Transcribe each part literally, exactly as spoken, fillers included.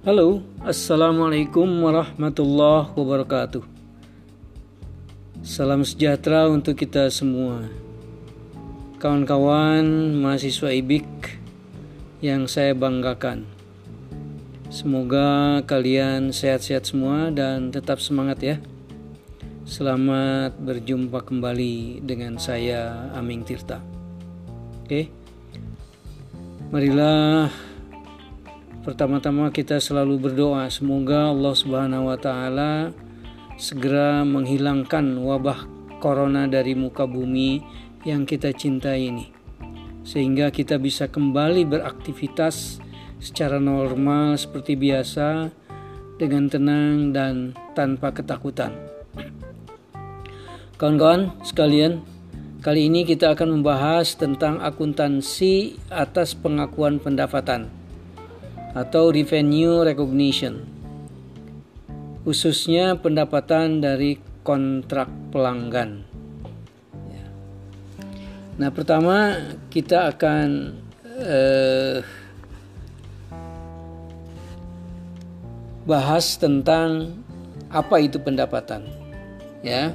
Halo, Assalamualaikum warahmatullahi wabarakatuh. Salam sejahtera untuk kita semua. Kawan-kawan mahasiswa I B I K yang saya banggakan. Semoga kalian sehat-sehat semua dan tetap semangat ya. Selamat berjumpa kembali dengan saya Aming Tirta. Oke. Marilah pertama-tama kita selalu berdoa semoga Allah Subhanahu wa taala segera menghilangkan wabah corona dari muka bumi yang kita cintai ini, sehingga kita bisa kembali beraktivitas secara normal seperti biasa dengan tenang dan tanpa ketakutan. Kawan-kawan sekalian, kali ini kita akan membahas tentang akuntansi atas pengakuan pendapatan atau revenue recognition, khususnya pendapatan dari kontrak pelanggan. Nah, pertama kita akan eh, bahas tentang apa itu pendapatan. Ya,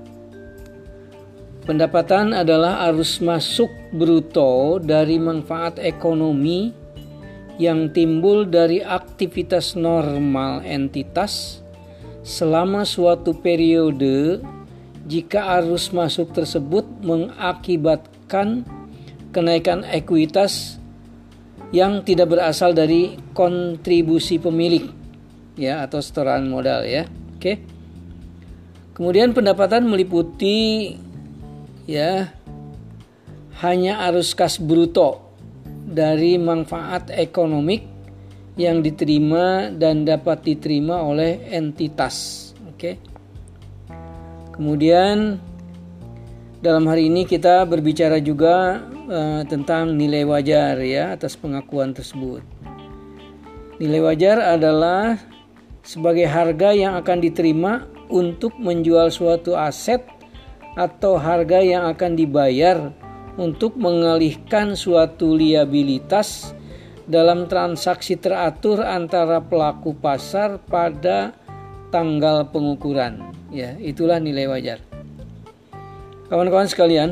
pendapatan adalah arus masuk bruto dari manfaat ekonomi yang timbul dari aktivitas normal entitas selama suatu periode jika arus masuk tersebut mengakibatkan kenaikan ekuitas yang tidak berasal dari kontribusi pemilik ya atau setoran modal ya. Oke. Kemudian pendapatan meliputi ya hanya arus kas bruto dari manfaat ekonomik yang diterima dan dapat diterima oleh entitas. Oke. Kemudian dalam hari ini kita berbicara juga uh, tentang nilai wajar ya atas pengakuan tersebut. Nilai wajar adalah sebagai harga yang akan diterima untuk menjual suatu aset atau harga yang akan dibayar untuk mengalihkan suatu liabilitas dalam transaksi teratur antara pelaku pasar pada tanggal pengukuran. Ya, itulah nilai wajar. Kawan-kawan sekalian,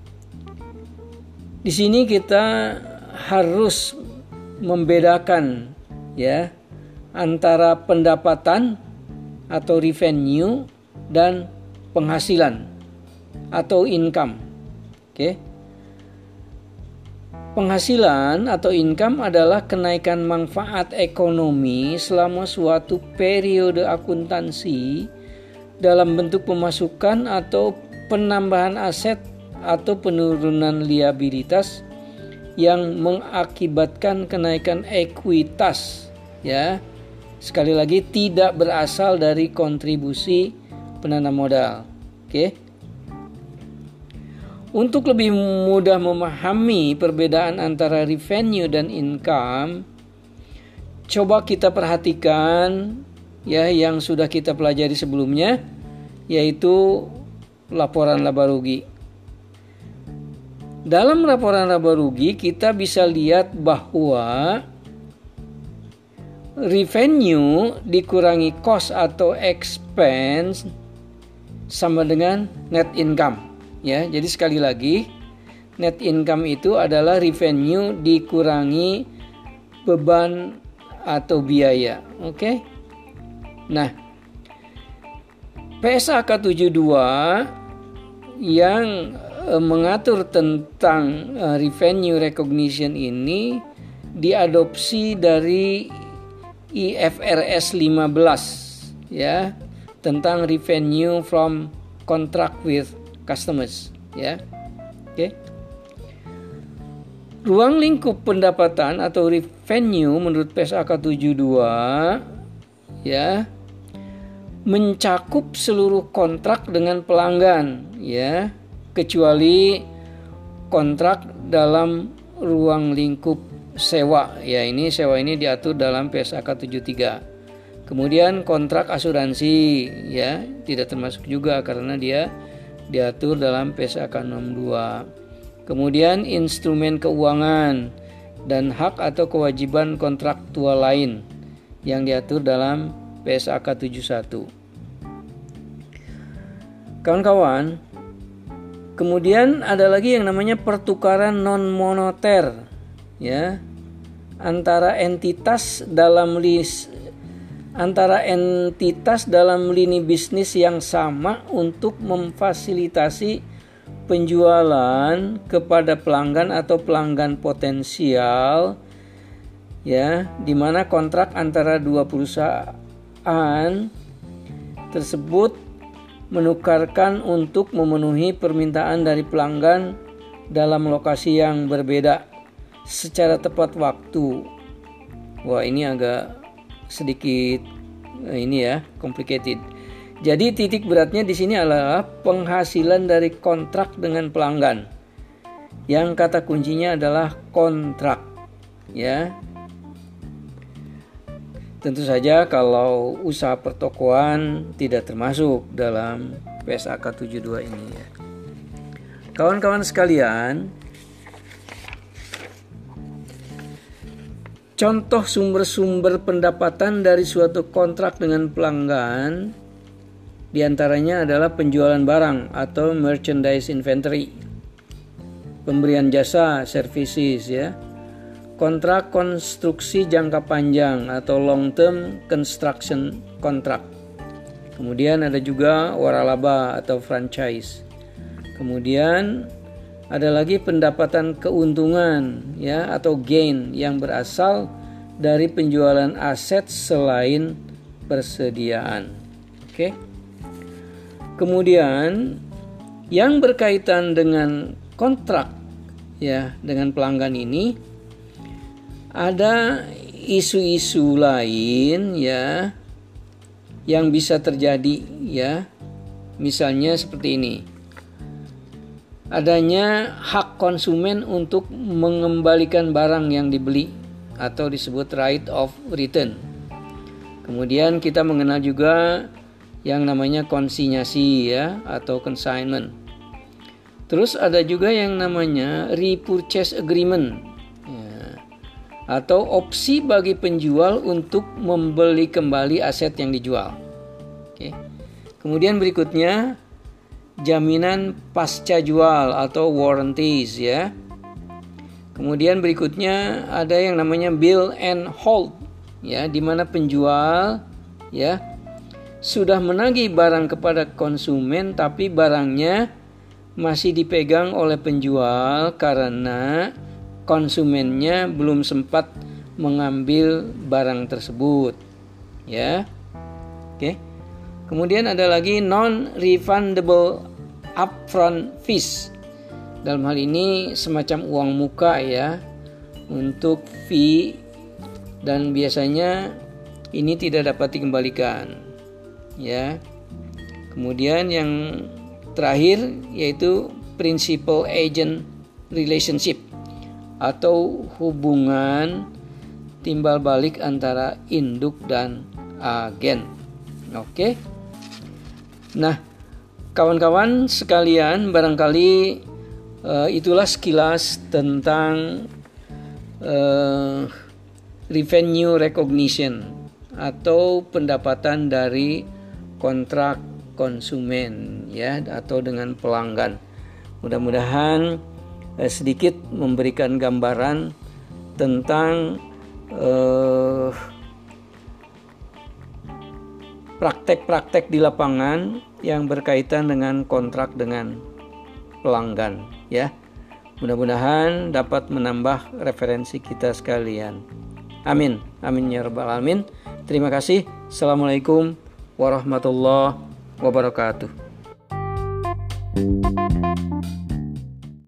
di sini kita harus membedakan ya antara pendapatan atau revenue dan penghasilan atau income. Oke. Penghasilan atau income adalah kenaikan manfaat ekonomi selama suatu periode akuntansi dalam bentuk pemasukan atau penambahan aset atau penurunan liabilitas yang mengakibatkan kenaikan ekuitas ya. Sekali lagi tidak berasal dari kontribusi penanam modal. Oke. Untuk lebih mudah memahami perbedaan antara revenue dan income, coba kita perhatikan ya yang sudah kita pelajari sebelumnya, yaitu laporan laba rugi. Dalam laporan laba rugi kita bisa lihat bahwa revenue dikurangi cost atau expense sama dengan net income. Ya, jadi sekali lagi net income itu adalah revenue dikurangi beban atau biaya. Oke. Nah, P S A K tujuh puluh dua yang e, mengatur tentang e, revenue recognition ini diadopsi dari I F R S lima belas ya, tentang revenue from contract with customers ya. Oke. Ruang lingkup pendapatan atau revenue menurut P S A K tujuh puluh dua ya mencakup seluruh kontrak dengan pelanggan ya, kecuali kontrak dalam ruang lingkup sewa ya. Ini sewa ini diatur dalam P S A K tujuh puluh tiga. Kemudian kontrak asuransi ya tidak termasuk juga karena dia diatur dalam P S A K enam puluh dua. Kemudian instrumen keuangan dan hak atau kewajiban kontraktual lain yang diatur dalam P S A K tujuh puluh satu. Kawan-kawan, kemudian ada lagi yang namanya pertukaran non moneter, ya, antara entitas dalam list antara entitas dalam lini bisnis yang sama untuk memfasilitasi penjualan kepada pelanggan atau pelanggan potensial, ya, di mana kontrak antara dua perusahaan tersebut menukarkan untuk memenuhi permintaan dari pelanggan dalam lokasi yang berbeda secara tepat waktu. Wah, ini agak sedikit ini ya, complicated. Jadi titik beratnya di sini adalah penghasilan dari kontrak dengan pelanggan. Yang kata kuncinya adalah kontrak, ya. Tentu saja kalau usaha pertokoan tidak termasuk dalam P S A K tujuh puluh dua ini, ya. Kawan-kawan sekalian, contoh sumber-sumber pendapatan dari suatu kontrak dengan pelanggan diantaranya adalah penjualan barang atau merchandise inventory, pemberian jasa services, ya, kontrak konstruksi jangka panjang atau long term construction contract. Kemudian ada juga waralaba atau franchise. Kemudian ada lagi pendapatan keuntungan, ya, atau gain yang berasal dari penjualan aset selain persediaan. Oke. Kemudian yang berkaitan dengan kontrak, ya, dengan pelanggan ini ada isu-isu lain, ya, yang bisa terjadi, ya. Misalnya seperti ini. Adanya hak konsumen untuk mengembalikan barang yang dibeli atau disebut right of return. Kemudian kita mengenal juga yang namanya konsinyasi, ya, atau consignment. Terus ada juga yang namanya repurchase agreement, ya, atau opsi bagi penjual untuk membeli kembali aset yang dijual. Oke. Kemudian berikutnya jaminan pasca jual atau warranties, ya. Kemudian berikutnya ada yang namanya bill and hold, ya, di mana penjual, ya, sudah menagih barang kepada konsumen tapi barangnya masih dipegang oleh penjual karena konsumennya belum sempat mengambil barang tersebut, ya. Oke. Kemudian ada lagi non-refundable upfront fees. Dalam hal ini semacam uang muka, ya, untuk fee, dan biasanya ini tidak dapat dikembalikan, ya. Kemudian yang terakhir yaitu principal agent relationship atau hubungan timbal balik antara induk dan agen. Oke. Nah, kawan-kawan sekalian, barangkali uh, itulah sekilas tentang uh, revenue recognition atau pendapatan dari kontrak konsumen, ya, atau dengan pelanggan. Mudah-mudahan eh, sedikit memberikan gambaran tentang eh, praktek-praktek di lapangan yang berkaitan dengan kontrak dengan pelanggan, ya. Mudah-mudahan dapat menambah referensi kita sekalian. Amin. Amin ya rabbal alamin. Terima kasih. Assalamualaikum warahmatullahi wabarakatuh.